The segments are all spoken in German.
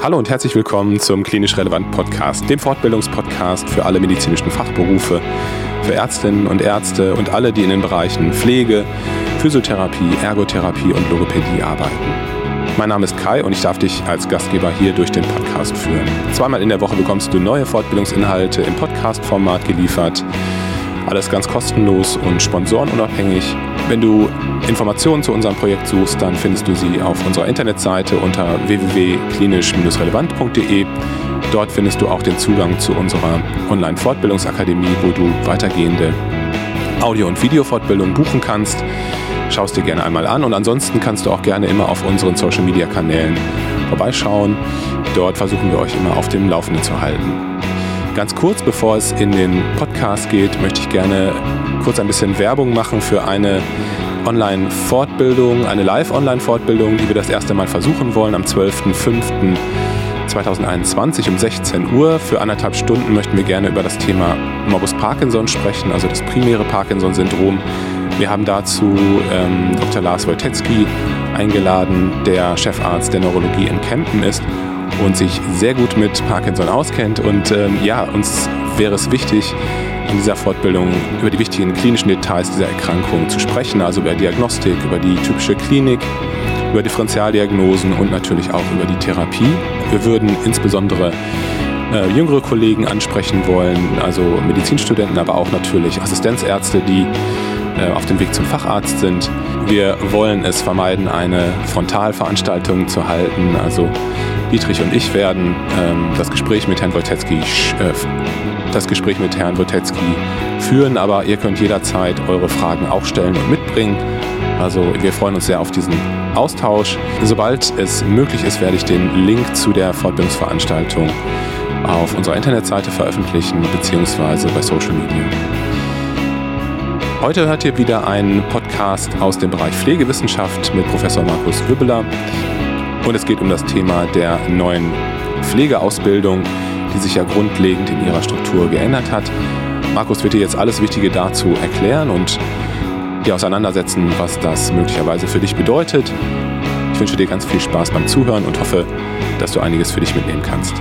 Hallo und herzlich willkommen zum Klinisch Relevant Podcast, dem Fortbildungspodcast für alle medizinischen Fachberufe, für Ärztinnen und Ärzte und alle, die in den Bereichen Pflege, Physiotherapie, Ergotherapie und Logopädie arbeiten. Mein Name ist Kai und ich darf dich als Gastgeber hier durch den Podcast führen. Zweimal in der Woche bekommst du neue Fortbildungsinhalte im Podcast-Format geliefert. Alles ganz kostenlos und sponsorenunabhängig. Wenn du Informationen zu unserem Projekt suchst, dann findest du sie auf unserer Internetseite unter www.klinisch-relevant.de. Dort findest du auch den Zugang zu unserer Online-Fortbildungsakademie, wo du weitergehende Audio- und Videofortbildung buchen kannst. Schau es dir gerne einmal an und ansonsten kannst du auch gerne immer auf unseren Social-Media-Kanälen vorbeischauen. Dort versuchen wir euch immer auf dem Laufenden zu halten. Ganz kurz, bevor es in den Podcast geht, möchte ich gerne kurz ein bisschen Werbung machen für eine Online-Fortbildung, eine Live-Online-Fortbildung, die wir das erste Mal versuchen wollen am 12.05.2021 um 16 Uhr. Für 1,5 Stunden möchten wir gerne über das Thema Morbus Parkinson sprechen, also das primäre Parkinson-Syndrom. Wir haben dazu Dr. Lars Wojtecki eingeladen, der Chefarzt der Neurologie in Kempten ist und sich sehr gut mit Parkinson auskennt. Und uns wäre es wichtig, in dieser Fortbildung über die wichtigen klinischen Details dieser Erkrankung zu sprechen, also über Diagnostik, über die typische Klinik, über Differentialdiagnosen und natürlich auch über die Therapie. Wir würden insbesondere jüngere Kollegen ansprechen wollen, also Medizinstudenten, aber auch natürlich Assistenzärzte, die auf dem Weg zum Facharzt sind. Wir wollen es vermeiden, eine Frontalveranstaltung zu halten. Also Dietrich und ich werden das Gespräch mit Herrn Wojtecki führen, aber ihr könnt jederzeit eure Fragen auch stellen und mitbringen. Also wir freuen uns sehr auf diesen Austausch. Sobald es möglich ist, werde ich den Link zu der Fortbildungsveranstaltung auf unserer Internetseite veröffentlichen, beziehungsweise bei Social Media. Heute hört ihr wieder einen Podcast aus dem Bereich Pflegewissenschaft mit Professor Markus Wübbeler. Und es geht um das Thema der neuen Pflegeausbildung, die sich ja grundlegend in ihrer Struktur geändert hat. Markus wird dir jetzt alles Wichtige dazu erklären und dir auseinandersetzen, was das möglicherweise für dich bedeutet. Ich wünsche dir ganz viel Spaß beim Zuhören und hoffe, dass du einiges für dich mitnehmen kannst.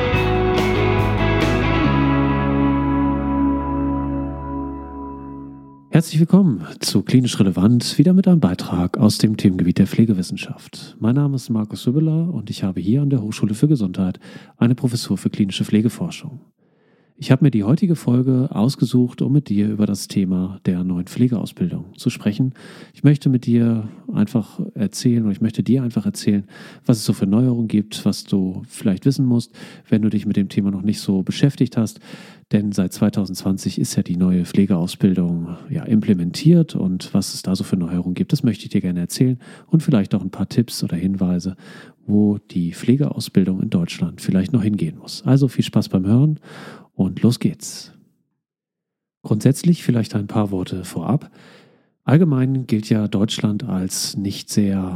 Herzlich willkommen zu Klinisch Relevant, wieder mit einem Beitrag aus dem Themengebiet der Pflegewissenschaft. Mein Name ist Markus Wübbeler und ich habe hier an der Hochschule für Gesundheit eine Professur für klinische Pflegeforschung. Ich habe mir die heutige Folge ausgesucht, um mit dir über das Thema der neuen Pflegeausbildung zu sprechen. Ich möchte dir einfach erzählen, was es so für Neuerungen gibt, was du vielleicht wissen musst, wenn du dich mit dem Thema noch nicht so beschäftigt hast. Denn seit 2020 ist ja die neue Pflegeausbildung implementiert und was es da so für Neuerungen gibt, das möchte ich dir gerne erzählen und vielleicht auch ein paar Tipps oder Hinweise, wo die Pflegeausbildung in Deutschland vielleicht noch hingehen muss. Also viel Spaß beim Hören und los geht's. Grundsätzlich vielleicht ein paar Worte vorab. Allgemein gilt ja Deutschland als nicht sehr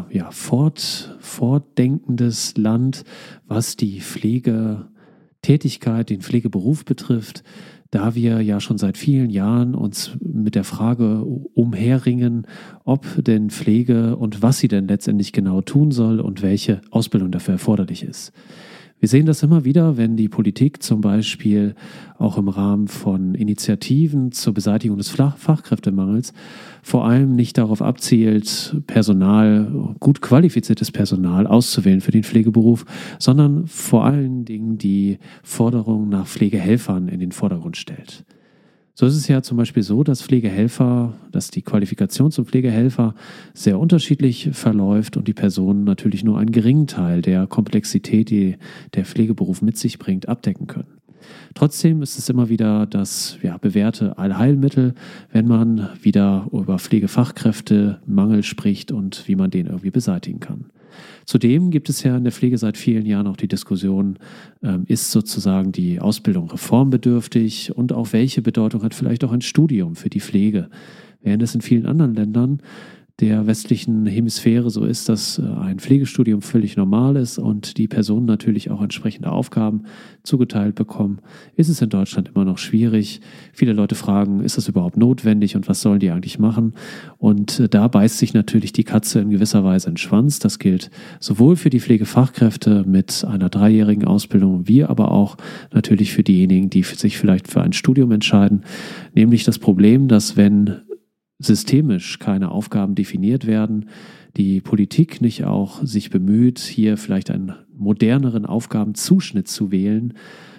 fortdenkendes Land, was die Pflegetätigkeit, den Pflegeberuf betrifft, da wir ja schon seit vielen Jahren uns mit der Frage umherringen, ob denn Pflege und was sie denn letztendlich genau tun soll und welche Ausbildung dafür erforderlich ist. Wir sehen das immer wieder, wenn die Politik zum Beispiel auch im Rahmen von Initiativen zur Beseitigung des Fachkräftemangels vor allem nicht darauf abzielt, gut qualifiziertes Personal auszuwählen für den Pflegeberuf, sondern vor allen Dingen die Forderung nach Pflegehelfern in den Vordergrund stellt. So ist es ja zum Beispiel so, dass die Qualifikation zum Pflegehelfer sehr unterschiedlich verläuft und die Personen natürlich nur einen geringen Teil der Komplexität, die der Pflegeberuf mit sich bringt, abdecken können. Trotzdem ist es immer wieder das bewährte Allheilmittel, wenn man wieder über Pflegefachkräftemangel spricht und wie man den irgendwie beseitigen kann. Zudem gibt es ja in der Pflege seit vielen Jahren auch die Diskussion, ist sozusagen die Ausbildung reformbedürftig und auch welche Bedeutung hat vielleicht auch ein Studium für die Pflege, während es in vielen anderen Ländern der westlichen Hemisphäre so ist, dass ein Pflegestudium völlig normal ist und die Personen natürlich auch entsprechende Aufgaben zugeteilt bekommen, ist es in Deutschland immer noch schwierig. Viele Leute fragen, ist das überhaupt notwendig und was sollen die eigentlich machen? Und da beißt sich natürlich die Katze in gewisser Weise in den Schwanz. Das gilt sowohl für die Pflegefachkräfte mit einer 3-jährigen Ausbildung, wie aber auch natürlich für diejenigen, die sich vielleicht für ein Studium entscheiden. Nämlich das Problem, dass wenn systemisch keine Aufgaben definiert werden, die Politik nicht auch sich bemüht, hier vielleicht einen moderneren Aufgabenzuschnitt zu wählen,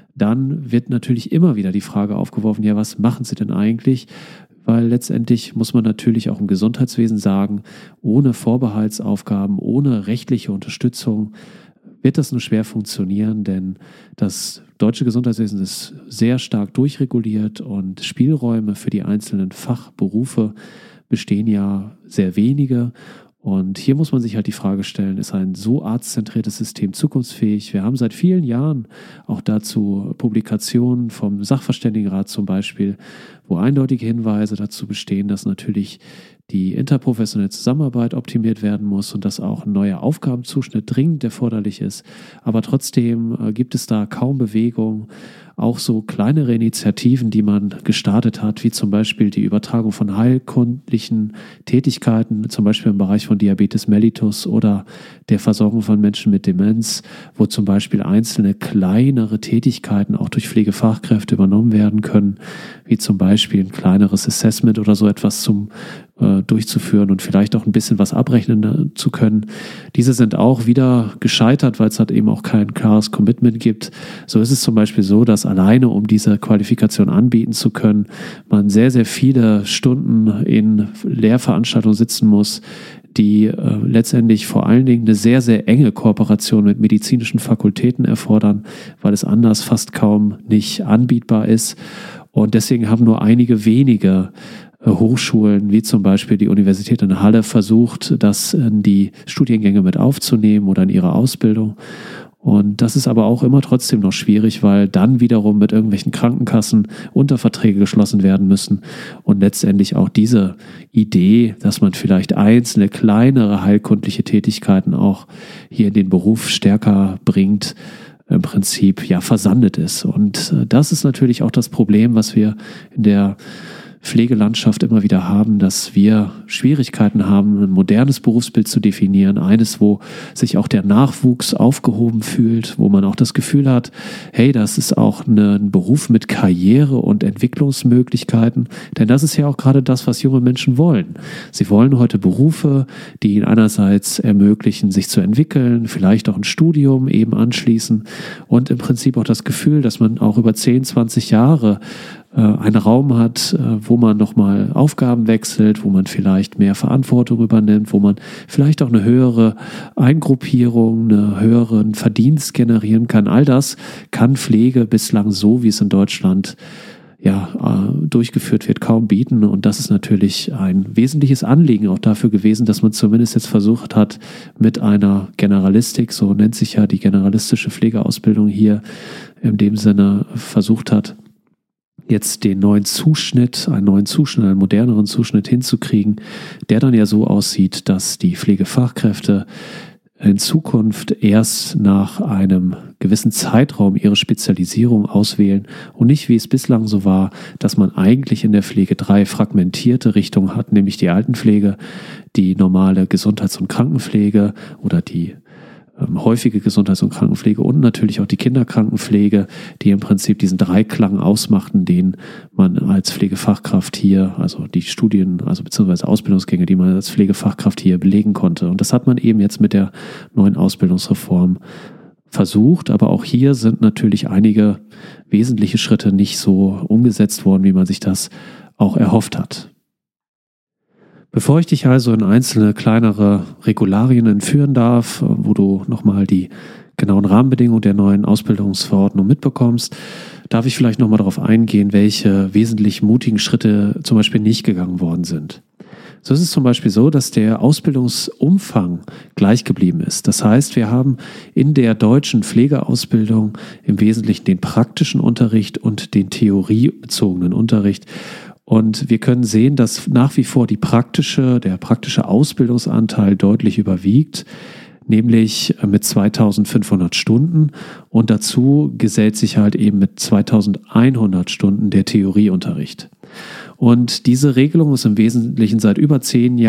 dann wird natürlich immer wieder die Frage aufgeworfen, ja, was machen Sie denn eigentlich? Weil letztendlich muss man natürlich auch im Gesundheitswesen sagen, ohne Vorbehaltsaufgaben, ohne rechtliche Unterstützung wird das nur schwer funktionieren, denn das deutsche Gesundheitswesen ist sehr stark durchreguliert und Spielräume für die einzelnen Fachberufe bestehen ja sehr wenige. Und hier muss man sich halt die Frage stellen, ist ein so arztzentriertes System zukunftsfähig? Wir haben seit vielen Jahren auch dazu Publikationen vom Sachverständigenrat zum Beispiel, wo eindeutige Hinweise dazu bestehen, dass natürlich die interprofessionelle Zusammenarbeit optimiert werden muss und dass auch ein neuer Aufgabenzuschnitt dringend erforderlich ist. Aber trotzdem gibt es da kaum Bewegung. Auch so kleinere Initiativen, die man gestartet hat, wie zum Beispiel die Übertragung von heilkundlichen Tätigkeiten, zum Beispiel im Bereich von Diabetes mellitus oder der Versorgung von Menschen mit Demenz, wo zum Beispiel einzelne kleinere Tätigkeiten auch durch Pflegefachkräfte übernommen werden können, wie zum Beispiel ein kleineres Assessment oder so etwas durchzuführen und vielleicht auch ein bisschen was abrechnen zu können. Diese sind auch wieder gescheitert, weil es halt eben auch kein klares Commitment gibt. So ist es zum Beispiel so, dass alleine, um diese Qualifikation anbieten zu können, man sehr, sehr viele Stunden in Lehrveranstaltungen sitzen muss, die letztendlich vor allen Dingen eine sehr, sehr enge Kooperation mit medizinischen Fakultäten erfordern, weil es anders fast kaum nicht anbietbar ist. Und deswegen haben nur einige wenige Hochschulen, wie zum Beispiel die Universität in Halle, versucht, das in die Studiengänge mit aufzunehmen oder in ihre Ausbildung. Und das ist aber auch immer trotzdem noch schwierig, weil dann wiederum mit irgendwelchen Krankenkassen Unterverträge geschlossen werden müssen und letztendlich auch diese Idee, dass man vielleicht einzelne kleinere heilkundliche Tätigkeiten auch hier in den Beruf stärker bringt, im Prinzip ja versandet ist. Und das ist natürlich auch das Problem, was wir in der Pflegelandschaft immer wieder haben, dass wir Schwierigkeiten haben, ein modernes Berufsbild zu definieren, eines, wo sich auch der Nachwuchs aufgehoben fühlt, wo man auch das Gefühl hat, hey, das ist auch ein Beruf mit Karriere und Entwicklungsmöglichkeiten, denn das ist ja auch gerade das, was junge Menschen wollen. Sie wollen heute Berufe, die ihnen einerseits ermöglichen, sich zu entwickeln, vielleicht auch ein Studium eben anschließen und im Prinzip auch das Gefühl, dass man auch über 10, 20 Jahre einen Raum hat, wo man nochmal Aufgaben wechselt, wo man vielleicht mehr Verantwortung übernimmt, wo man vielleicht auch eine höhere Eingruppierung, einen höheren Verdienst generieren kann. All das kann Pflege bislang so, wie es in Deutschland durchgeführt wird, kaum bieten. Und das ist natürlich ein wesentliches Anliegen auch dafür gewesen, dass man zumindest jetzt versucht hat, mit einer Generalistik, so nennt sich ja die generalistische Pflegeausbildung hier, in dem Sinne versucht hat, jetzt einen neuen Zuschnitt, einen moderneren Zuschnitt hinzukriegen, der dann ja so aussieht, dass die Pflegefachkräfte in Zukunft erst nach einem gewissen Zeitraum ihre Spezialisierung auswählen und nicht, wie es bislang so war, dass man eigentlich in der Pflege 3 fragmentierte Richtungen hat, nämlich die Altenpflege, die normale Gesundheits- und Krankenpflege oder die häufige Gesundheits- und Krankenpflege und natürlich auch die Kinderkrankenpflege, die im Prinzip diesen Dreiklang ausmachten, den man als Pflegefachkraft hier, also die Studien, also beziehungsweise Ausbildungsgänge, die man als Pflegefachkraft hier belegen konnte. Und das hat man eben jetzt mit der neuen Ausbildungsreform versucht, aber auch hier sind natürlich einige wesentliche Schritte nicht so umgesetzt worden, wie man sich das auch erhofft hat. Bevor ich dich also in einzelne kleinere Regularien entführen darf, wo du nochmal die genauen Rahmenbedingungen der neuen Ausbildungsverordnung mitbekommst, darf ich vielleicht nochmal darauf eingehen, welche wesentlich mutigen Schritte zum Beispiel nicht gegangen worden sind. So ist es zum Beispiel so, dass der Ausbildungsumfang gleich geblieben ist. Das heißt, wir haben in der deutschen Pflegeausbildung im Wesentlichen den praktischen Unterricht und den theoriebezogenen Unterricht. Und wir können sehen, dass nach wie vor der praktische Ausbildungsanteil deutlich überwiegt, nämlich mit 2500 Stunden. Und dazu gesellt sich halt eben mit 2100 Stunden der Theorieunterricht. Und diese Regelung ist im Wesentlichen seit über 10,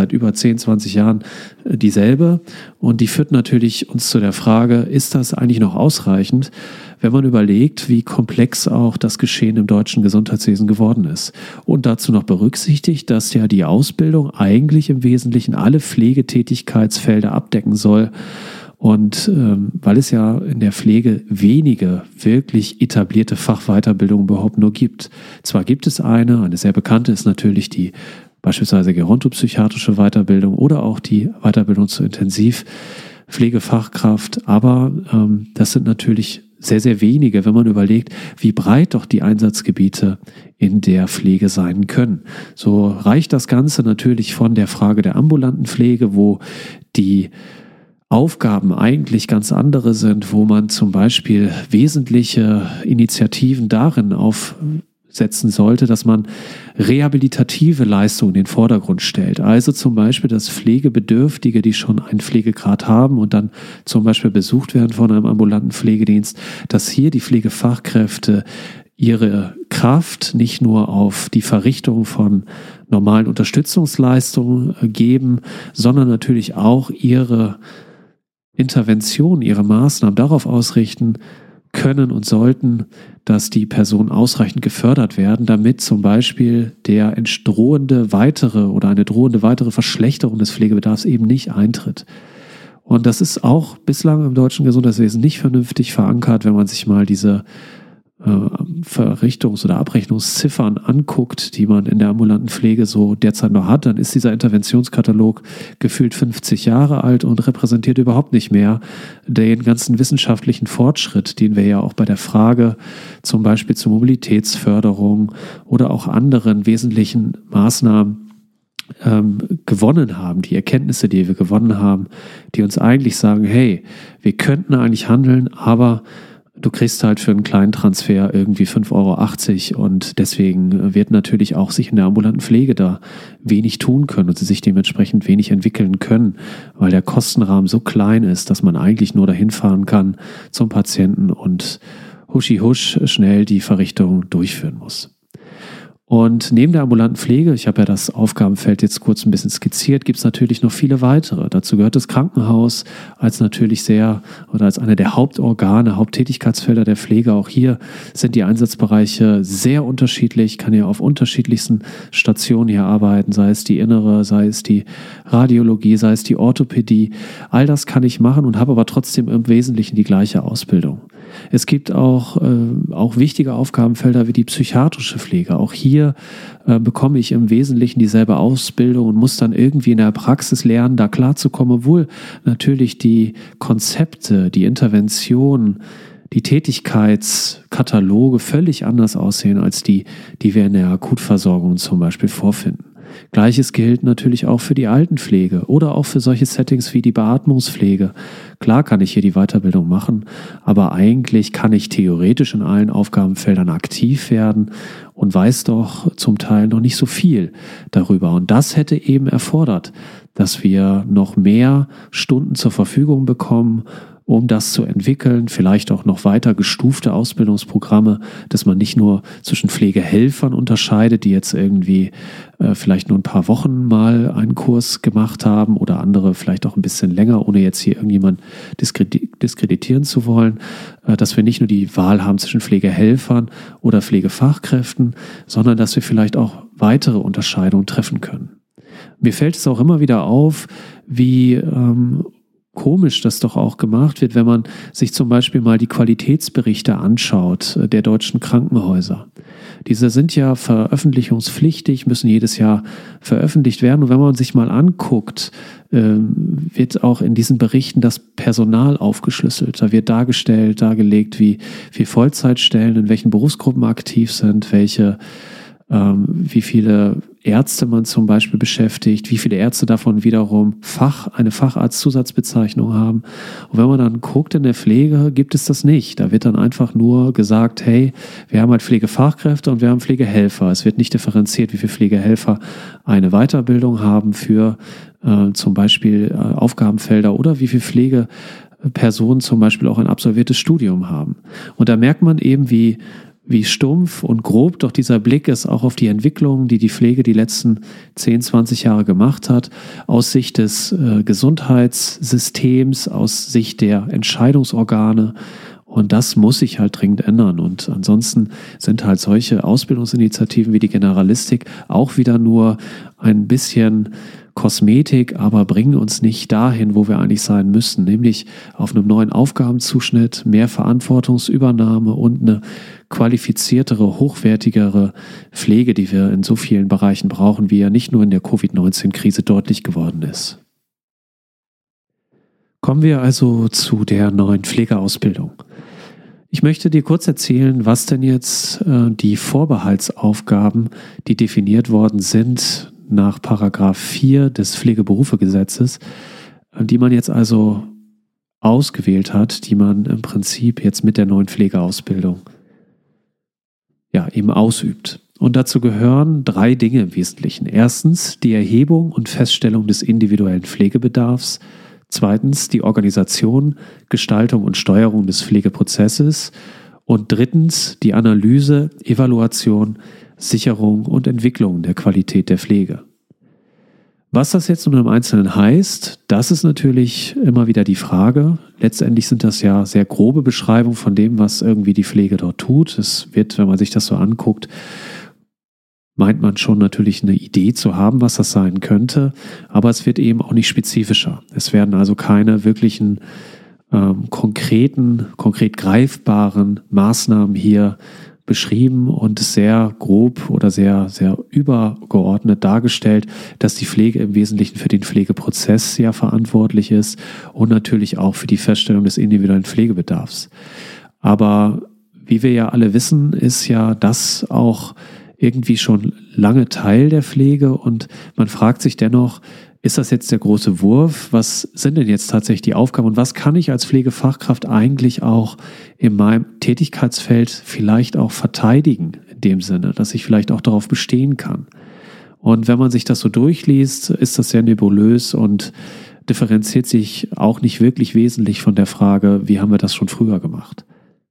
20 Jahren dieselbe. Und die führt natürlich uns zu der Frage, ist das eigentlich noch ausreichend, wenn man überlegt, wie komplex auch das Geschehen im deutschen Gesundheitswesen geworden ist. Und dazu noch berücksichtigt, dass ja die Ausbildung eigentlich im Wesentlichen alle Pflegetätigkeitsfelder abdecken soll. Und weil es ja in der Pflege wenige wirklich etablierte Fachweiterbildungen überhaupt nur gibt. Zwar gibt es eine sehr bekannte ist natürlich die beispielsweise gerontopsychiatrische Weiterbildung oder auch die Weiterbildung zur Intensivpflegefachkraft, aber das sind natürlich sehr, sehr wenige, wenn man überlegt, wie breit doch die Einsatzgebiete in der Pflege sein können. So reicht das Ganze natürlich von der Frage der ambulanten Pflege, wo die Aufgaben eigentlich ganz andere sind, wo man zum Beispiel wesentliche Initiativen darin aufsetzen sollte, dass man rehabilitative Leistungen in den Vordergrund stellt. Also zum Beispiel, dass Pflegebedürftige, die schon einen Pflegegrad haben und dann zum Beispiel besucht werden von einem ambulanten Pflegedienst, dass hier die Pflegefachkräfte ihre Kraft nicht nur auf die Verrichtung von normalen Unterstützungsleistungen geben, sondern natürlich auch ihre Intervention, ihre Maßnahmen darauf ausrichten können und sollten, dass die Personen ausreichend gefördert werden, damit zum Beispiel eine drohende weitere Verschlechterung des Pflegebedarfs eben nicht eintritt. Und das ist auch bislang im deutschen Gesundheitswesen nicht vernünftig verankert, wenn man sich mal diese Verrichtungs- oder Abrechnungsziffern anguckt, die man in der ambulanten Pflege so derzeit noch hat, dann ist dieser Interventionskatalog gefühlt 50 Jahre alt und repräsentiert überhaupt nicht mehr den ganzen wissenschaftlichen Fortschritt, den wir ja auch bei der Frage zum Beispiel zur Mobilitätsförderung oder auch anderen wesentlichen Maßnahmen gewonnen haben, die Erkenntnisse, die wir gewonnen haben, die uns eigentlich sagen, hey, wir könnten eigentlich handeln, aber du kriegst halt für einen kleinen Transfer irgendwie 5,80 € und deswegen wird natürlich auch sich in der ambulanten Pflege da wenig tun können und sie sich dementsprechend wenig entwickeln können, weil der Kostenrahmen so klein ist, dass man eigentlich nur dahin fahren kann zum Patienten und huschi-husch schnell die Verrichtung durchführen muss. Und neben der ambulanten Pflege, ich habe ja das Aufgabenfeld jetzt kurz ein bisschen skizziert, gibt es natürlich noch viele weitere. Dazu gehört das Krankenhaus als als einer der Haupttätigkeitsfelder der Pflege. Auch hier sind die Einsatzbereiche sehr unterschiedlich, kann ja auf unterschiedlichsten Stationen hier arbeiten, sei es die Innere, sei es die Radiologie, sei es die Orthopädie. All das kann ich machen und habe aber trotzdem im Wesentlichen die gleiche Ausbildung. Es gibt auch wichtige Aufgabenfelder wie die psychiatrische Pflege. Auch hier bekomme ich im Wesentlichen dieselbe Ausbildung und muss dann irgendwie in der Praxis lernen, da klarzukommen, obwohl natürlich die Konzepte, die Interventionen, die Tätigkeitskataloge völlig anders aussehen als die wir in der Akutversorgung zum Beispiel vorfinden. Gleiches gilt natürlich auch für die Altenpflege oder auch für solche Settings wie die Beatmungspflege. Klar kann ich hier die Weiterbildung machen, aber eigentlich kann ich theoretisch in allen Aufgabenfeldern aktiv werden und weiß doch zum Teil noch nicht so viel darüber. Und das hätte eben erfordert, dass wir noch mehr Stunden zur Verfügung bekommen, um das zu entwickeln, vielleicht auch noch weiter gestufte Ausbildungsprogramme, dass man nicht nur zwischen Pflegehelfern unterscheidet, die jetzt irgendwie vielleicht nur ein paar Wochen mal einen Kurs gemacht haben oder andere vielleicht auch ein bisschen länger, ohne jetzt hier irgendjemand diskreditieren zu wollen, dass wir nicht nur die Wahl haben zwischen Pflegehelfern oder Pflegefachkräften, sondern dass wir vielleicht auch weitere Unterscheidungen treffen können. Mir fällt es auch immer wieder auf, wie komisch das doch auch gemacht wird, wenn man sich zum Beispiel mal die Qualitätsberichte anschaut der deutschen Krankenhäuser. Diese sind ja veröffentlichungspflichtig, müssen jedes Jahr veröffentlicht werden. Und wenn man sich mal anguckt, wird auch in diesen Berichten das Personal aufgeschlüsselt. Da wird dargelegt, wie Vollzeitstellen in welchen Berufsgruppen aktiv sind, wie viele Ärzte man zum Beispiel beschäftigt, wie viele Ärzte davon wiederum eine Facharztzusatzbezeichnung haben. Und wenn man dann guckt in der Pflege, gibt es das nicht. Da wird dann einfach nur gesagt, hey, wir haben halt Pflegefachkräfte und wir haben Pflegehelfer. Es wird nicht differenziert, wie viele Pflegehelfer eine Weiterbildung haben für zum Beispiel Aufgabenfelder oder wie viele Pflegepersonen zum Beispiel auch ein absolviertes Studium haben. Und da merkt man eben, wie stumpf und grob doch dieser Blick ist auch auf die Entwicklung, die Pflege die letzten 10, 20 Jahre gemacht hat, aus Sicht des Gesundheitssystems, aus Sicht der Entscheidungsorgane. Und das muss sich halt dringend ändern. Und ansonsten sind halt solche Ausbildungsinitiativen wie die Generalistik auch wieder nur ein bisschen Kosmetik, aber bringen uns nicht dahin, wo wir eigentlich sein müssen, nämlich auf einem neuen Aufgabenzuschnitt, mehr Verantwortungsübernahme und eine qualifiziertere, hochwertigere Pflege, die wir in so vielen Bereichen brauchen, wie ja nicht nur in der Covid-19-Krise deutlich geworden ist. Kommen wir also zu der neuen Pflegeausbildung. Ich möchte dir kurz erzählen, was denn jetzt die Vorbehaltsaufgaben, die definiert worden sind, nach Paragraph 4 des Pflegeberufegesetzes, die man jetzt also ausgewählt hat, die man im Prinzip jetzt mit der neuen Pflegeausbildung eben ausübt. Und dazu gehören 3 Dinge im Wesentlichen. Erstens die Erhebung und Feststellung des individuellen Pflegebedarfs. Zweitens die Organisation, Gestaltung und Steuerung des Pflegeprozesses. Und drittens die Analyse, Evaluation, Sicherung und Entwicklung der Qualität der Pflege. Was das jetzt nun im Einzelnen heißt, das ist natürlich immer wieder die Frage. Letztendlich sind das ja sehr grobe Beschreibungen von dem, was irgendwie die Pflege dort tut. Es wird, wenn man sich das so anguckt, meint man schon natürlich eine Idee zu haben, was das sein könnte, aber es wird eben auch nicht spezifischer. Es werden also keine wirklichen konkret greifbaren Maßnahmen hier beschrieben und sehr grob oder sehr, sehr übergeordnet dargestellt, dass die Pflege im Wesentlichen für den Pflegeprozess ja verantwortlich ist und natürlich auch für die Feststellung des individuellen Pflegebedarfs. Aber wie wir ja alle wissen, ist ja das auch irgendwie schon lange Teil der Pflege und man fragt sich dennoch, ist das jetzt der große Wurf? Was sind denn jetzt tatsächlich die Aufgaben und was kann ich als Pflegefachkraft eigentlich auch in meinem Tätigkeitsfeld vielleicht auch verteidigen, in dem Sinne, dass ich vielleicht auch darauf bestehen kann? Und wenn man sich das so durchliest, ist das sehr nebulös und differenziert sich auch nicht wirklich wesentlich von der Frage, wie haben wir das schon früher gemacht?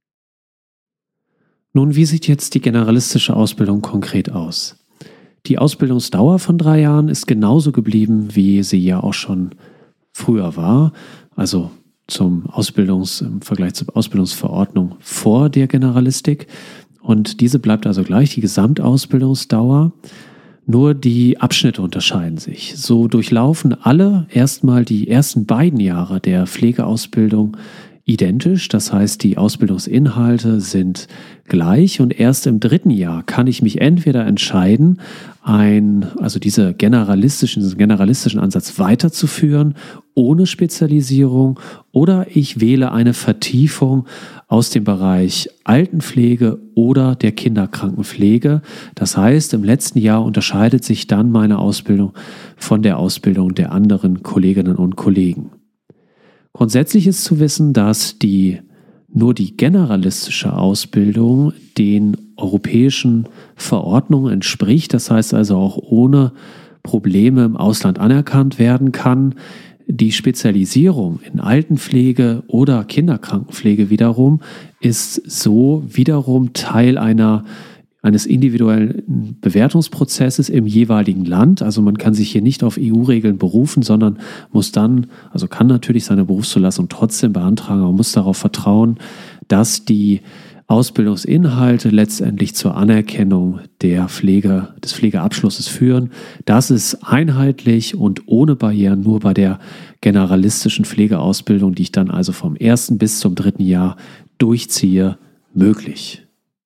Nun, wie sieht jetzt die generalistische Ausbildung konkret aus? Die Ausbildungsdauer von 3 Jahren ist genauso geblieben, wie sie ja auch schon früher war, also im Vergleich zur Ausbildungsverordnung vor der Generalistik. Und diese bleibt also gleich, die Gesamtausbildungsdauer. Nur die Abschnitte unterscheiden sich. So durchlaufen alle erstmal die ersten 2 Jahre der Pflegeausbildung identisch, das heißt, die Ausbildungsinhalte sind gleich und erst im 3. Jahr kann ich mich entweder entscheiden, diesen generalistischen Ansatz weiterzuführen, ohne Spezialisierung, oder ich wähle eine Vertiefung aus dem Bereich Altenpflege oder der Kinderkrankenpflege. Das heißt, im letzten Jahr unterscheidet sich dann meine Ausbildung von der Ausbildung der anderen Kolleginnen und Kollegen. Grundsätzlich ist zu wissen, dass nur die generalistische Ausbildung den europäischen Verordnungen entspricht, das heißt also auch ohne Probleme im Ausland anerkannt werden kann. Die Spezialisierung in Altenpflege oder Kinderkrankenpflege wiederum ist so wiederum Teil eines individuellen Bewertungsprozesses im jeweiligen Land. Also man kann sich hier nicht auf EU-Regeln berufen, sondern kann natürlich seine Berufszulassung trotzdem beantragen, aber muss darauf vertrauen, dass die Ausbildungsinhalte letztendlich zur Anerkennung des Pflegeabschlusses führen. Das ist einheitlich und ohne Barrieren nur bei der generalistischen Pflegeausbildung, die ich dann also vom 1. bis zum 3. Jahr durchziehe, möglich.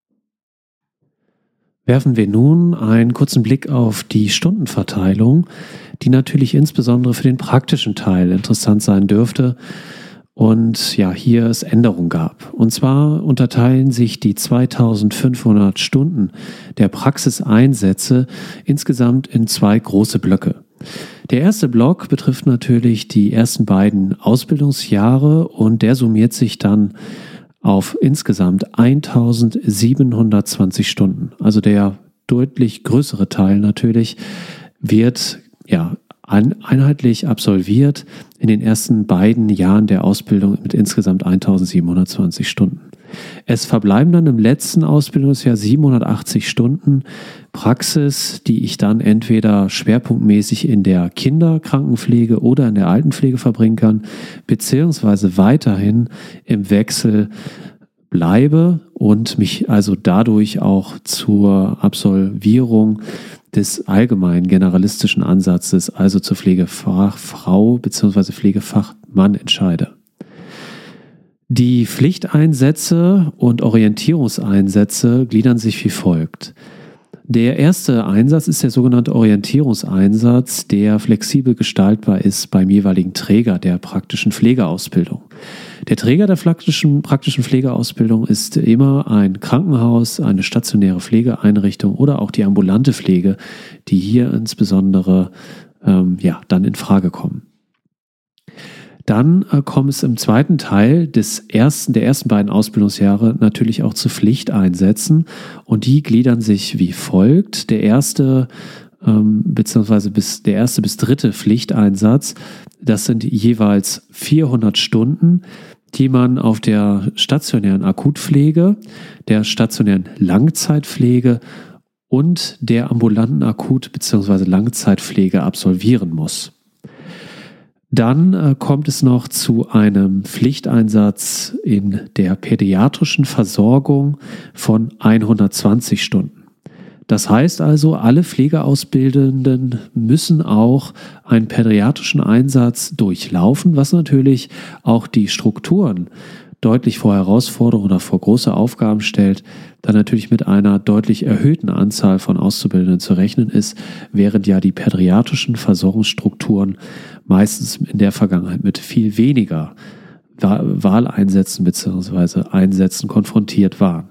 Werfen wir nun einen kurzen Blick auf die Stundenverteilung, die natürlich insbesondere für den praktischen Teil interessant sein dürfte. und ja, hier es Änderungen gab. Und zwar unterteilen sich die 2500 Stunden der Praxiseinsätze insgesamt in 2 große Blöcke. Der erste Block betrifft natürlich die ersten beiden Ausbildungsjahre und der summiert sich dann auf insgesamt 1720 Stunden. Also der deutlich größere Teil natürlich wird ja einheitlich absolviert in den ersten beiden Jahren der Ausbildung mit insgesamt 1720 Stunden. Es verbleiben dann im letzten Ausbildungsjahr 780 Stunden Praxis, die ich dann entweder schwerpunktmäßig in der Kinderkrankenpflege oder in der Altenpflege verbringen kann, beziehungsweise weiterhin im Wechsel bleibe und mich also dadurch auch zur Absolvierung des allgemeinen generalistischen Ansatzes, also zur Pflegefachfrau bzw. Pflegefachmann entscheide. Die Pflichteinsätze und Orientierungseinsätze gliedern sich wie folgt. Der erste Einsatz ist der sogenannte Orientierungseinsatz, der flexibel gestaltbar ist beim jeweiligen Träger der praktischen Pflegeausbildung. Der Träger der praktischen Pflegeausbildung ist immer ein Krankenhaus, eine stationäre Pflegeeinrichtung oder auch die ambulante Pflege, die hier insbesondere dann in Frage kommen. Dann kommt es im zweiten Teil der ersten beiden Ausbildungsjahre natürlich auch zu Pflichteinsätzen und die gliedern sich wie folgt. Der erste bis dritte Pflichteinsatz, das sind jeweils 400 Stunden, die man auf der stationären Akutpflege, der stationären Langzeitpflege und der ambulanten Akut- bzw. Langzeitpflege absolvieren muss. Dann kommt es noch zu einem Pflichteinsatz in der pädiatrischen Versorgung von 120 Stunden. Das heißt also, alle Pflegeausbildenden müssen auch einen pädiatrischen Einsatz durchlaufen, was natürlich auch die Strukturen deutlich vor Herausforderungen oder vor große Aufgaben stellt, da natürlich mit einer deutlich erhöhten Anzahl von Auszubildenden zu rechnen ist, während ja die pädiatrischen Versorgungsstrukturen meistens in der Vergangenheit mit viel weniger Wahleinsätzen bzw. Einsätzen konfrontiert waren.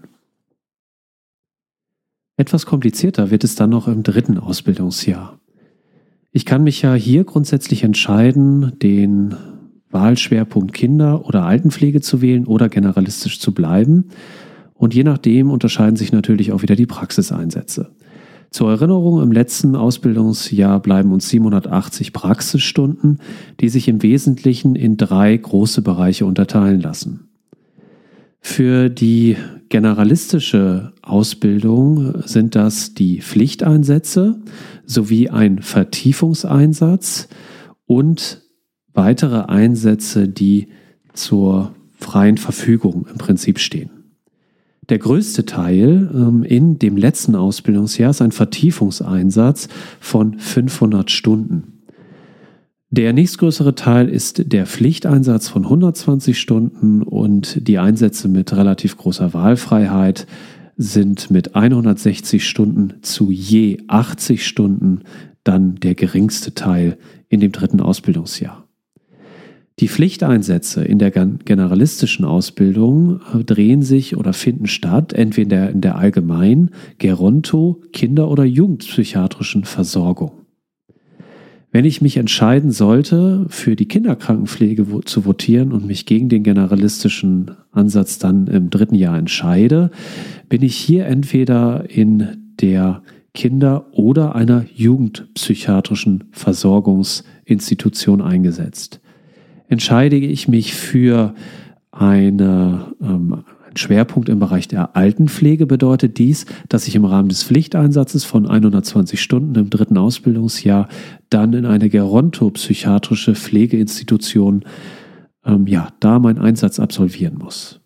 Etwas komplizierter wird es dann noch im dritten Ausbildungsjahr. Ich kann mich ja hier grundsätzlich entscheiden, den Wahlschwerpunkt Kinder- oder Altenpflege zu wählen oder generalistisch zu bleiben. Und je nachdem unterscheiden sich natürlich auch wieder die Praxiseinsätze. Zur Erinnerung, im letzten Ausbildungsjahr bleiben uns 780 Praxisstunden, die sich im Wesentlichen in 3 große Bereiche unterteilen lassen. Für die generalistische Ausbildung sind das die Pflichteinsätze sowie ein Vertiefungseinsatz und weitere Einsätze, die zur freien Verfügung im Prinzip stehen. Der größte Teil in dem letzten Ausbildungsjahr ist ein Vertiefungseinsatz von 500 Stunden. Der nächstgrößere Teil ist der Pflichteinsatz von 120 Stunden und die Einsätze mit relativ großer Wahlfreiheit sind mit 160 Stunden zu je 80 Stunden dann der geringste Teil in dem dritten Ausbildungsjahr. Die Pflichteinsätze in der generalistischen Ausbildung drehen sich oder finden statt, entweder in der allgemeinen, geronto-, kinder- oder jugendpsychiatrischen Versorgung. Wenn ich mich entscheiden sollte, für die Kinderkrankenpflege zu votieren und mich gegen den generalistischen Ansatz dann im dritten Jahr entscheide, bin ich hier entweder in der Kinder- oder einer jugendpsychiatrischen Versorgungsinstitution eingesetzt. Entscheide ich mich für einen Schwerpunkt im Bereich der Altenpflege, bedeutet dies, dass ich im Rahmen des Pflichteinsatzes von 120 Stunden im dritten Ausbildungsjahr dann in eine gerontopsychiatrische Pflegeinstitution da meinen Einsatz absolvieren muss.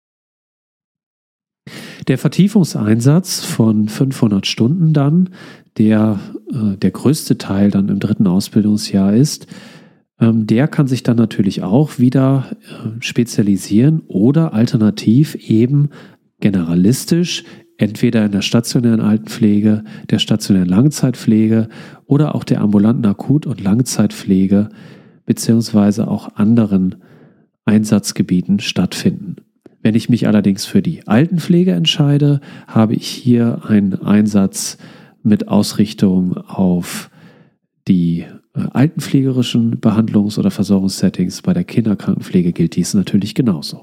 Der Vertiefungseinsatz von 500 Stunden dann, der größte Teil dann im dritten Ausbildungsjahr ist, der kann sich dann natürlich auch wieder spezialisieren oder alternativ eben generalistisch, entweder in der stationären Altenpflege, der stationären Langzeitpflege oder auch der ambulanten Akut- und Langzeitpflege beziehungsweise auch anderen Einsatzgebieten stattfinden. Wenn ich mich allerdings für die Altenpflege entscheide, habe ich hier einen Einsatz mit Ausrichtung auf die altenpflegerischen Behandlungs- oder Versorgungssettings. Bei der Kinderkrankenpflege gilt dies natürlich genauso.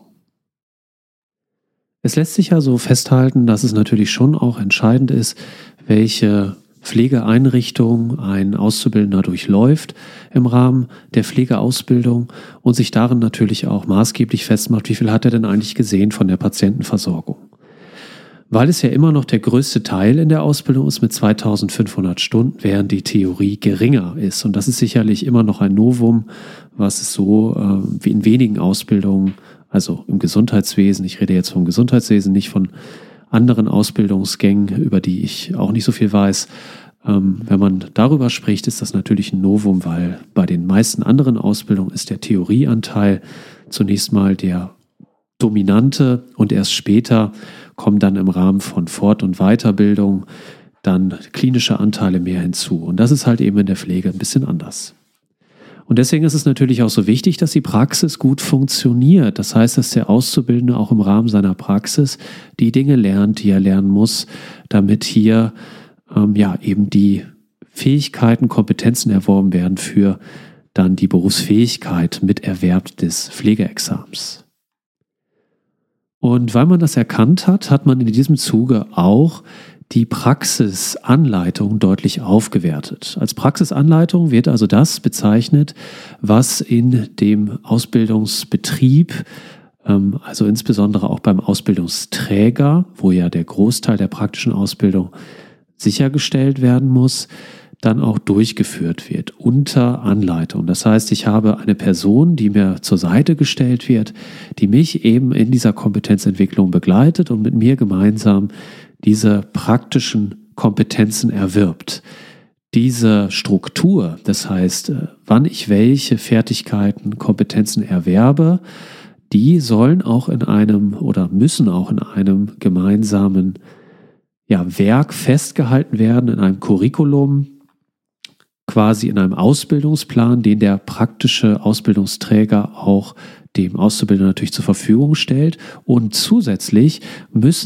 Es lässt sich also festhalten, dass es natürlich schon auch entscheidend ist, welche Pflegeeinrichtung ein Auszubildender durchläuft im Rahmen der Pflegeausbildung und sich darin natürlich auch maßgeblich festmacht, wie viel hat er denn eigentlich gesehen von der Patientenversorgung. Weil es ja immer noch der größte Teil in der Ausbildung ist mit 2500 Stunden, während die Theorie geringer ist. Und das ist sicherlich immer noch ein Novum, was es so wie in wenigen Ausbildungen, also im Gesundheitswesen, ich rede jetzt vom Gesundheitswesen, nicht von anderen Ausbildungsgängen, über die ich auch nicht so viel weiß. Wenn man darüber spricht, ist das natürlich ein Novum, weil bei den meisten anderen Ausbildungen ist der Theorieanteil zunächst mal der dominante und erst später kommen dann im Rahmen von Fort- und Weiterbildung dann klinische Anteile mehr hinzu. Und das ist halt eben in der Pflege ein bisschen anders. Und deswegen ist es natürlich auch so wichtig, dass die Praxis gut funktioniert. Das heißt, dass der Auszubildende auch im Rahmen seiner Praxis die Dinge lernt, die er lernen muss, damit hier eben die Fähigkeiten, Kompetenzen erworben werden für dann die Berufsfähigkeit mit Erwerb des Pflegeexamens. Und weil man das erkannt hat, hat man in diesem Zuge auch die Praxisanleitung deutlich aufgewertet. Als Praxisanleitung wird also das bezeichnet, was in dem Ausbildungsbetrieb, also insbesondere auch beim Ausbildungsträger, wo ja der Großteil der praktischen Ausbildung sichergestellt werden muss, dann auch durchgeführt wird unter Anleitung. Das heißt, ich habe eine Person, die mir zur Seite gestellt wird, die mich eben in dieser Kompetenzentwicklung begleitet und mit mir gemeinsam diese praktischen Kompetenzen erwirbt. Diese Struktur, das heißt, wann ich welche Fertigkeiten, Kompetenzen erwerbe, die sollen auch in einem oder müssen auch in einem gemeinsamen Werk festgehalten werden, in einem Curriculum, quasi in einem Ausbildungsplan, den der praktische Ausbildungsträger auch dem Auszubildenden natürlich zur Verfügung stellt. Und zusätzlich muss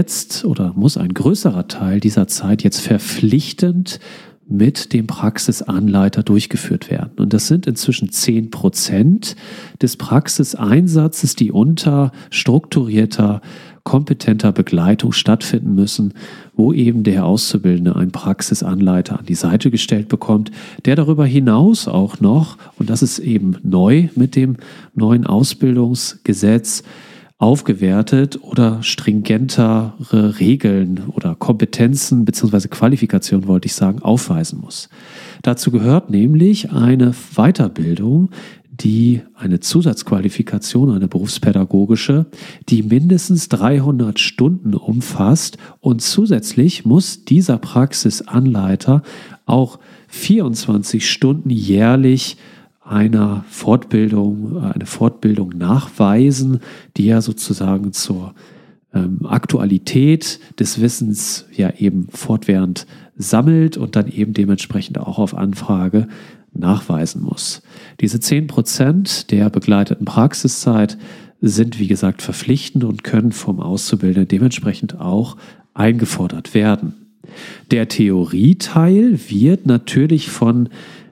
ein größerer Teil dieser Zeit jetzt verpflichtend mit dem Praxisanleiter durchgeführt werden. Und das sind inzwischen 10% des Praxiseinsatzes, die unter strukturierter, kompetenter Begleitung stattfinden müssen, wo eben der Auszubildende einen Praxisanleiter an die Seite gestellt bekommt, der darüber hinaus auch noch, und das ist eben neu mit dem neuen Ausbildungsgesetz, aufgewertet oder stringentere Regeln oder Kompetenzen bzw. Qualifikationen, wollte ich sagen, aufweisen muss. Dazu gehört nämlich eine Weiterbildung, eine Zusatzqualifikation, eine berufspädagogische, die mindestens 300 Stunden umfasst, und zusätzlich muss dieser Praxisanleiter auch 24 Stunden jährlich eine Fortbildung nachweisen, die ja sozusagen zur Aktualität des Wissens ja eben fortwährend sammelt und dann eben dementsprechend auch auf Anfrage nachweisen muss. Diese 10% der begleiteten Praxiszeit sind, wie gesagt, verpflichtend und können vom Auszubildenden dementsprechend auch eingefordert werden. Der Theorieteil wird natürlich von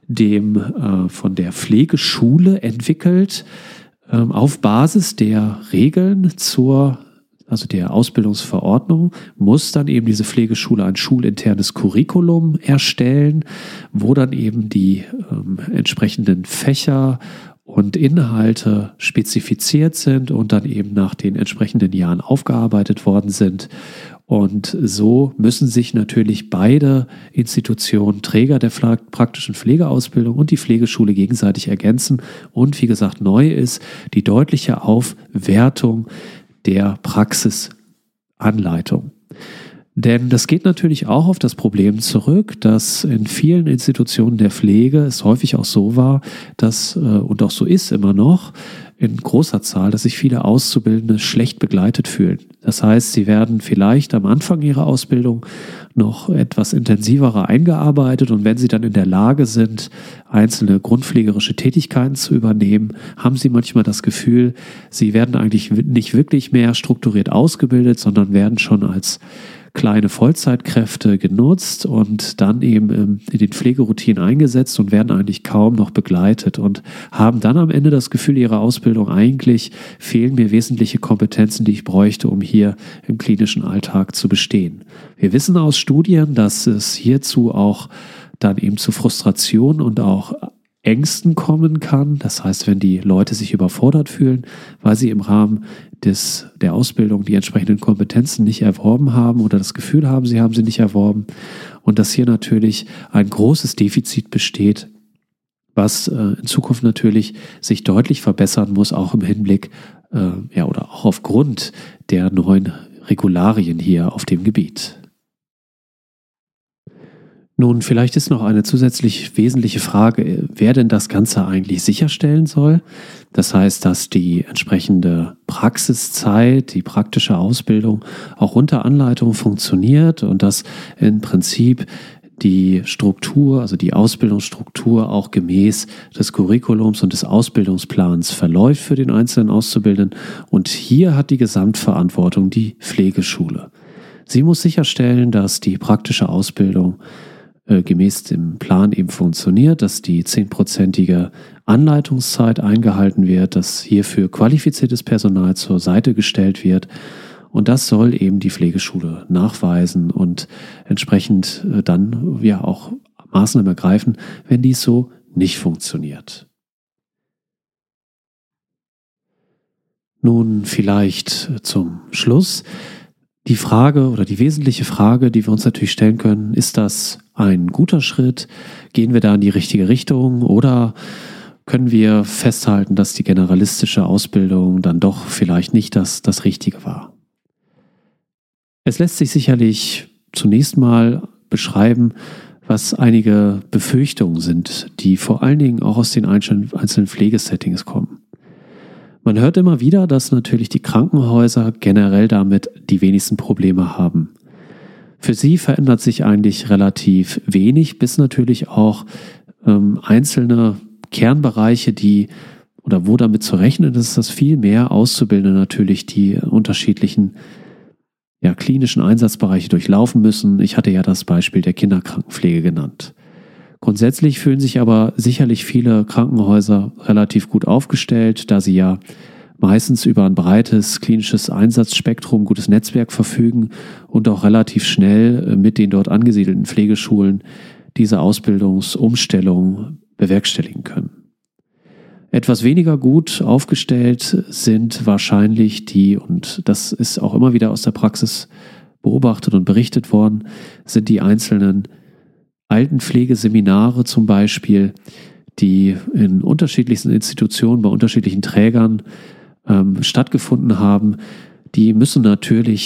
der Pflegeschule entwickelt, auf Basis der Regeln also der Ausbildungsverordnung muss dann eben diese Pflegeschule ein schulinternes Curriculum erstellen, wo dann eben die entsprechenden Fächer und Inhalte spezifiziert sind und dann eben nach den entsprechenden Jahren aufgearbeitet worden sind. Und so müssen sich natürlich beide Institutionen, Träger der praktischen Pflegeausbildung und die Pflegeschule, gegenseitig ergänzen. Und wie gesagt, neu ist die deutliche Aufwertung der Praxisanleitung. Denn das geht natürlich auch auf das Problem zurück, dass in vielen Institutionen der Pflege es häufig auch so war, und auch so ist immer noch, in großer Zahl, dass sich viele Auszubildende schlecht begleitet fühlen. Das heißt, sie werden vielleicht am Anfang ihrer Ausbildung noch etwas intensiver eingearbeitet und wenn sie dann in der Lage sind, einzelne grundpflegerische Tätigkeiten zu übernehmen, haben sie manchmal das Gefühl, sie werden eigentlich nicht wirklich mehr strukturiert ausgebildet, sondern werden schon als kleine Vollzeitkräfte genutzt und dann eben in den Pflegeroutinen eingesetzt und werden eigentlich kaum noch begleitet und haben dann am Ende das Gefühl ihrer Ausbildung, eigentlich fehlen mir wesentliche Kompetenzen, die ich bräuchte, um hier im klinischen Alltag zu bestehen. Wir wissen aus Studien, dass es hierzu auch dann eben zu Frustration und auch Ängsten kommen kann. Das heißt, wenn die Leute sich überfordert fühlen, weil sie im Rahmen der Ausbildung die entsprechenden Kompetenzen nicht erworben haben oder das Gefühl haben, sie haben sie nicht erworben. Und dass hier natürlich ein großes Defizit besteht, was in Zukunft natürlich sich deutlich verbessern muss, auch im Hinblick oder auch aufgrund der neuen Regularien hier auf dem Gebiet. Nun, vielleicht ist noch eine zusätzlich wesentliche Frage, wer denn das Ganze eigentlich sicherstellen soll. Das heißt, dass die entsprechende Praxiszeit, die praktische Ausbildung auch unter Anleitung funktioniert und dass im Prinzip die Struktur, also die Ausbildungsstruktur auch gemäß des Curriculums und des Ausbildungsplans verläuft für den einzelnen Auszubildenden. Und hier hat die Gesamtverantwortung die Pflegeschule. Sie muss sicherstellen, dass die praktische Ausbildung gemäß dem Plan eben funktioniert, dass die 10%ige Anleitungszeit eingehalten wird, dass hierfür qualifiziertes Personal zur Seite gestellt wird und das soll eben die Pflegeschule nachweisen und entsprechend dann ja auch Maßnahmen ergreifen, wenn dies so nicht funktioniert. Nun vielleicht zum Schluss die Frage oder die wesentliche Frage, die wir uns natürlich stellen können, ist das ein guter Schritt? Gehen wir da in die richtige Richtung oder können wir festhalten, dass die generalistische Ausbildung dann doch vielleicht nicht das Richtige war? Es lässt sich sicherlich zunächst mal beschreiben, was einige Befürchtungen sind, die vor allen Dingen auch aus den einzelnen Pflegesettings kommen. Man hört immer wieder, dass natürlich die Krankenhäuser generell damit die wenigsten Probleme haben. Für sie verändert sich eigentlich relativ wenig, bis natürlich auch einzelne Kernbereiche, wo damit zu rechnen ist, dass viel mehr Auszubildende natürlich die unterschiedlichen klinischen Einsatzbereiche durchlaufen müssen. Ich hatte ja das Beispiel der Kinderkrankenpflege genannt. Grundsätzlich fühlen sich aber sicherlich viele Krankenhäuser relativ gut aufgestellt, da sie ja meistens über ein breites klinisches Einsatzspektrum, gutes Netzwerk verfügen und auch relativ schnell mit den dort angesiedelten Pflegeschulen diese Ausbildungsumstellung bewerkstelligen können. Etwas weniger gut aufgestellt sind wahrscheinlich und das ist auch immer wieder aus der Praxis beobachtet und berichtet worden, sind die einzelnen Altenpflegeseminare zum Beispiel, die in unterschiedlichsten Institutionen bei unterschiedlichen Trägern stattgefunden haben. Die mussten sich,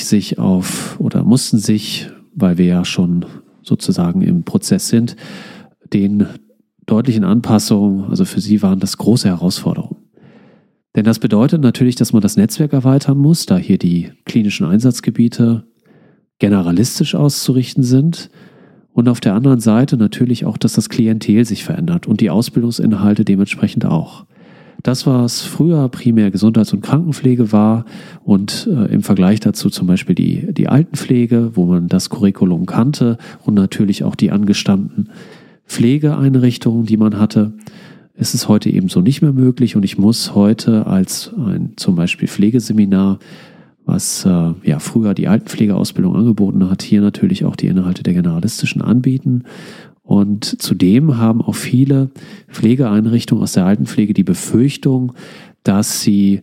weil wir ja schon sozusagen im Prozess sind, den deutlichen Anpassungen, also für sie waren das große Herausforderungen. Denn das bedeutet natürlich, dass man das Netzwerk erweitern muss, da hier die klinischen Einsatzgebiete generalistisch auszurichten sind. Und auf der anderen Seite natürlich auch, dass das Klientel sich verändert und die Ausbildungsinhalte dementsprechend auch. Das, was früher primär Gesundheits- und Krankenpflege war und im Vergleich dazu zum Beispiel die Altenpflege, wo man das Curriculum kannte und natürlich auch die angestammten Pflegeeinrichtungen, die man hatte, ist es heute eben so nicht mehr möglich und ich muss heute als ein zum Beispiel Pflegeseminar, was früher die Altenpflegeausbildung angeboten hat, hier natürlich auch die Inhalte der generalistischen anbieten. Und zudem haben auch viele Pflegeeinrichtungen aus der Altenpflege die Befürchtung, dass sie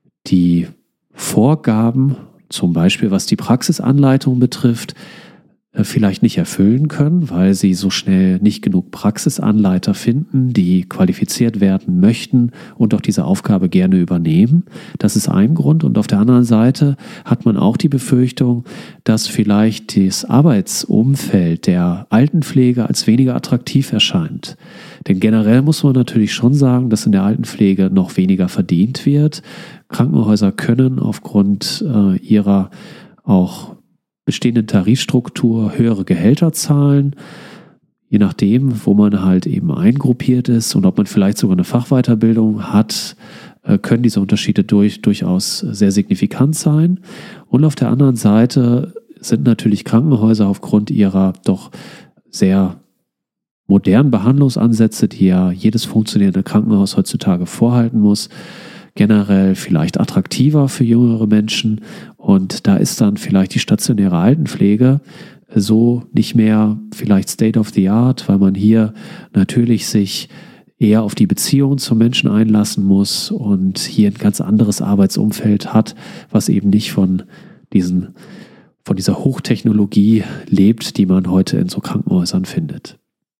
die Vorgaben, zum Beispiel was die Praxisanleitung betrifft, vielleicht nicht erfüllen können, weil sie so schnell nicht genug Praxisanleiter finden, die qualifiziert werden möchten und auch diese Aufgabe gerne übernehmen. Das ist ein Grund. Und auf der anderen Seite hat man auch die Befürchtung, dass vielleicht das Arbeitsumfeld der Altenpflege als weniger attraktiv erscheint. Denn generell muss man natürlich schon sagen, dass in der Altenpflege noch weniger verdient wird. Krankenhäuser können aufgrund ihrer auch bestehenden Tarifstruktur höhere Gehälter zahlen, je nachdem, wo man halt eben eingruppiert ist und ob man vielleicht sogar eine Fachweiterbildung hat, können diese Unterschiede durchaus sehr signifikant sein. Und auf der anderen Seite sind natürlich Krankenhäuser aufgrund ihrer doch sehr modernen Behandlungsansätze, die ja jedes funktionierende Krankenhaus heutzutage vorhalten muss, generell vielleicht attraktiver für jüngere Menschen, und da ist dann vielleicht die stationäre Altenpflege so nicht mehr vielleicht State of the Art, weil man hier natürlich sich eher auf die Beziehung zum Menschen einlassen muss und hier ein ganz anderes Arbeitsumfeld hat, was eben nicht von dieser Hochtechnologie lebt, die man heute in so Krankenhäusern findet.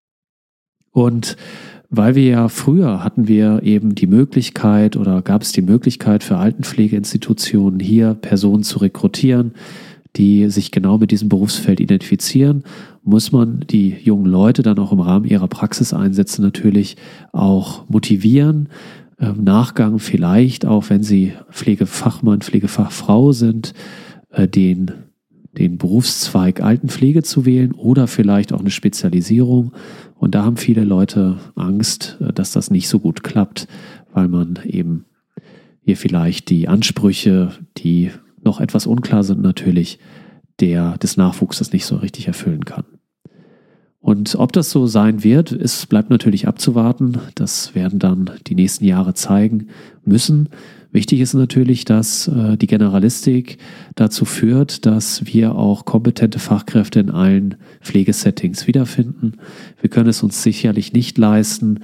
Und weil wir ja früher hatten wir eben die Möglichkeit oder gab es die Möglichkeit für Altenpflegeinstitutionen hier Personen zu rekrutieren, die sich genau mit diesem Berufsfeld identifizieren, muss man die jungen Leute dann auch im Rahmen ihrer Praxiseinsätze natürlich auch motivieren. Im Nachgang vielleicht auch, wenn sie Pflegefachmann, Pflegefachfrau sind, den Berufszweig Altenpflege zu wählen oder vielleicht auch eine Spezialisierung. Und da haben viele Leute Angst, dass das nicht so gut klappt, weil man eben hier vielleicht die Ansprüche, die noch etwas unklar sind natürlich, des Nachwuchses nicht so richtig erfüllen kann. Und ob das so sein wird, es bleibt natürlich abzuwarten. Das werden dann die nächsten Jahre zeigen müssen. Wichtig ist natürlich, dass die Generalistik dazu führt, dass wir auch kompetente Fachkräfte in allen Pflegesettings wiederfinden. Wir können es uns sicherlich nicht leisten,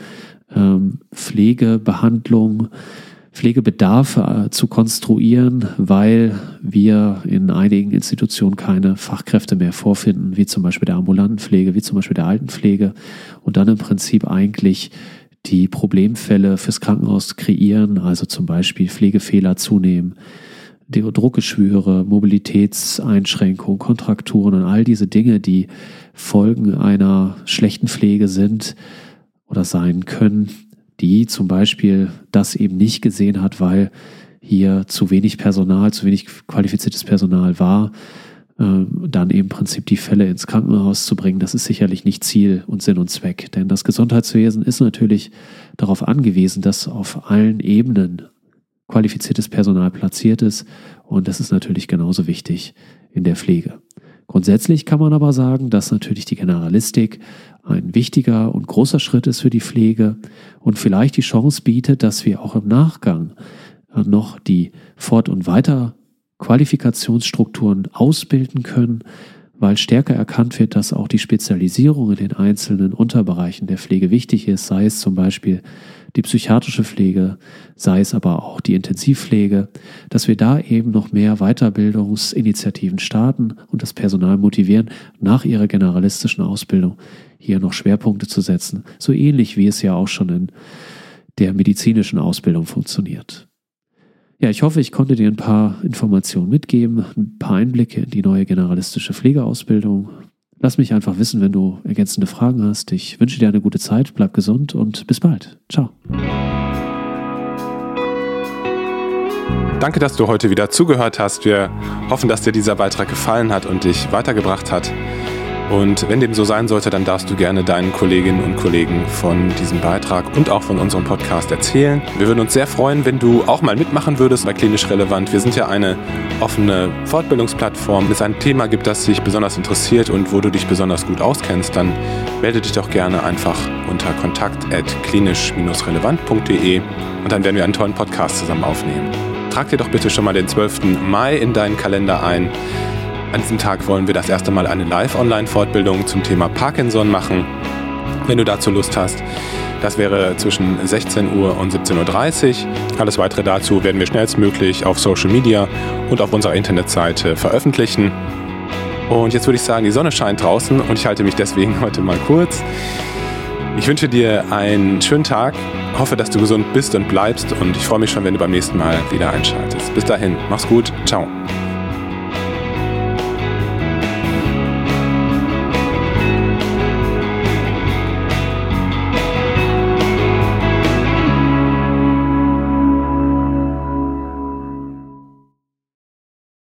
Pflegebehandlung, Pflegebedarf zu konstruieren, weil wir in einigen Institutionen keine Fachkräfte mehr vorfinden, wie zum Beispiel der ambulanten Pflege, wie zum Beispiel der Altenpflege, und dann im Prinzip eigentlich die Problemfälle fürs Krankenhaus kreieren, also zum Beispiel Pflegefehler zunehmen, die Druckgeschwüre, Mobilitätseinschränkungen, Kontrakturen und all diese Dinge, die Folgen einer schlechten Pflege sind oder sein können, die zum Beispiel das eben nicht gesehen hat, weil hier zu wenig Personal, zu wenig qualifiziertes Personal war, dann eben im Prinzip die Fälle ins Krankenhaus zu bringen. Das ist sicherlich nicht Ziel und Sinn und Zweck. Denn das Gesundheitswesen ist natürlich darauf angewiesen, dass auf allen Ebenen qualifiziertes Personal platziert ist. Und das ist natürlich genauso wichtig in der Pflege. Grundsätzlich kann man aber sagen, dass natürlich die Generalistik ein wichtiger und großer Schritt ist für die Pflege und vielleicht die Chance bietet, dass wir auch im Nachgang noch die Fort- und Weiterqualifikationsstrukturen ausbilden können, weil stärker erkannt wird, dass auch die Spezialisierung in den einzelnen Unterbereichen der Pflege wichtig ist, sei es zum Beispiel die psychiatrische Pflege, sei es aber auch die Intensivpflege, dass wir da eben noch mehr Weiterbildungsinitiativen starten und das Personal motivieren, nach ihrer generalistischen Ausbildung hier noch Schwerpunkte zu setzen, so ähnlich wie es ja auch schon in der medizinischen Ausbildung funktioniert. Ja, ich hoffe, ich konnte dir ein paar Informationen mitgeben, ein paar Einblicke in die neue generalistische Pflegeausbildung. Lass mich einfach wissen, wenn du ergänzende Fragen hast. Ich wünsche dir eine gute Zeit, bleib gesund und bis bald. Ciao. Danke, dass du heute wieder zugehört hast. Wir hoffen, dass dir dieser Beitrag gefallen hat und dich weitergebracht hat. Und wenn dem so sein sollte, dann darfst du gerne deinen Kolleginnen und Kollegen von diesem Beitrag und auch von unserem Podcast erzählen. Wir würden uns sehr freuen, wenn du auch mal mitmachen würdest bei Klinisch Relevant. Wir sind ja eine offene Fortbildungsplattform. Wenn es ein Thema gibt, das dich besonders interessiert und wo du dich besonders gut auskennst, dann melde dich doch gerne einfach unter kontakt@klinisch-relevant.de und dann werden wir einen tollen Podcast zusammen aufnehmen. Trag dir doch bitte schon mal den 12. Mai in deinen Kalender ein. An diesem Tag wollen wir das erste Mal eine Live-Online-Fortbildung zum Thema Parkinson machen. Wenn du dazu Lust hast, das wäre zwischen 16 Uhr und 17.30 Uhr. Alles weitere dazu werden wir schnellstmöglich auf Social Media und auf unserer Internetseite veröffentlichen. Und jetzt würde ich sagen, die Sonne scheint draußen und ich halte mich deswegen heute mal kurz. Ich wünsche dir einen schönen Tag, hoffe, dass du gesund bist und bleibst und ich freue mich schon, wenn du beim nächsten Mal wieder einschaltest. Bis dahin, mach's gut, ciao.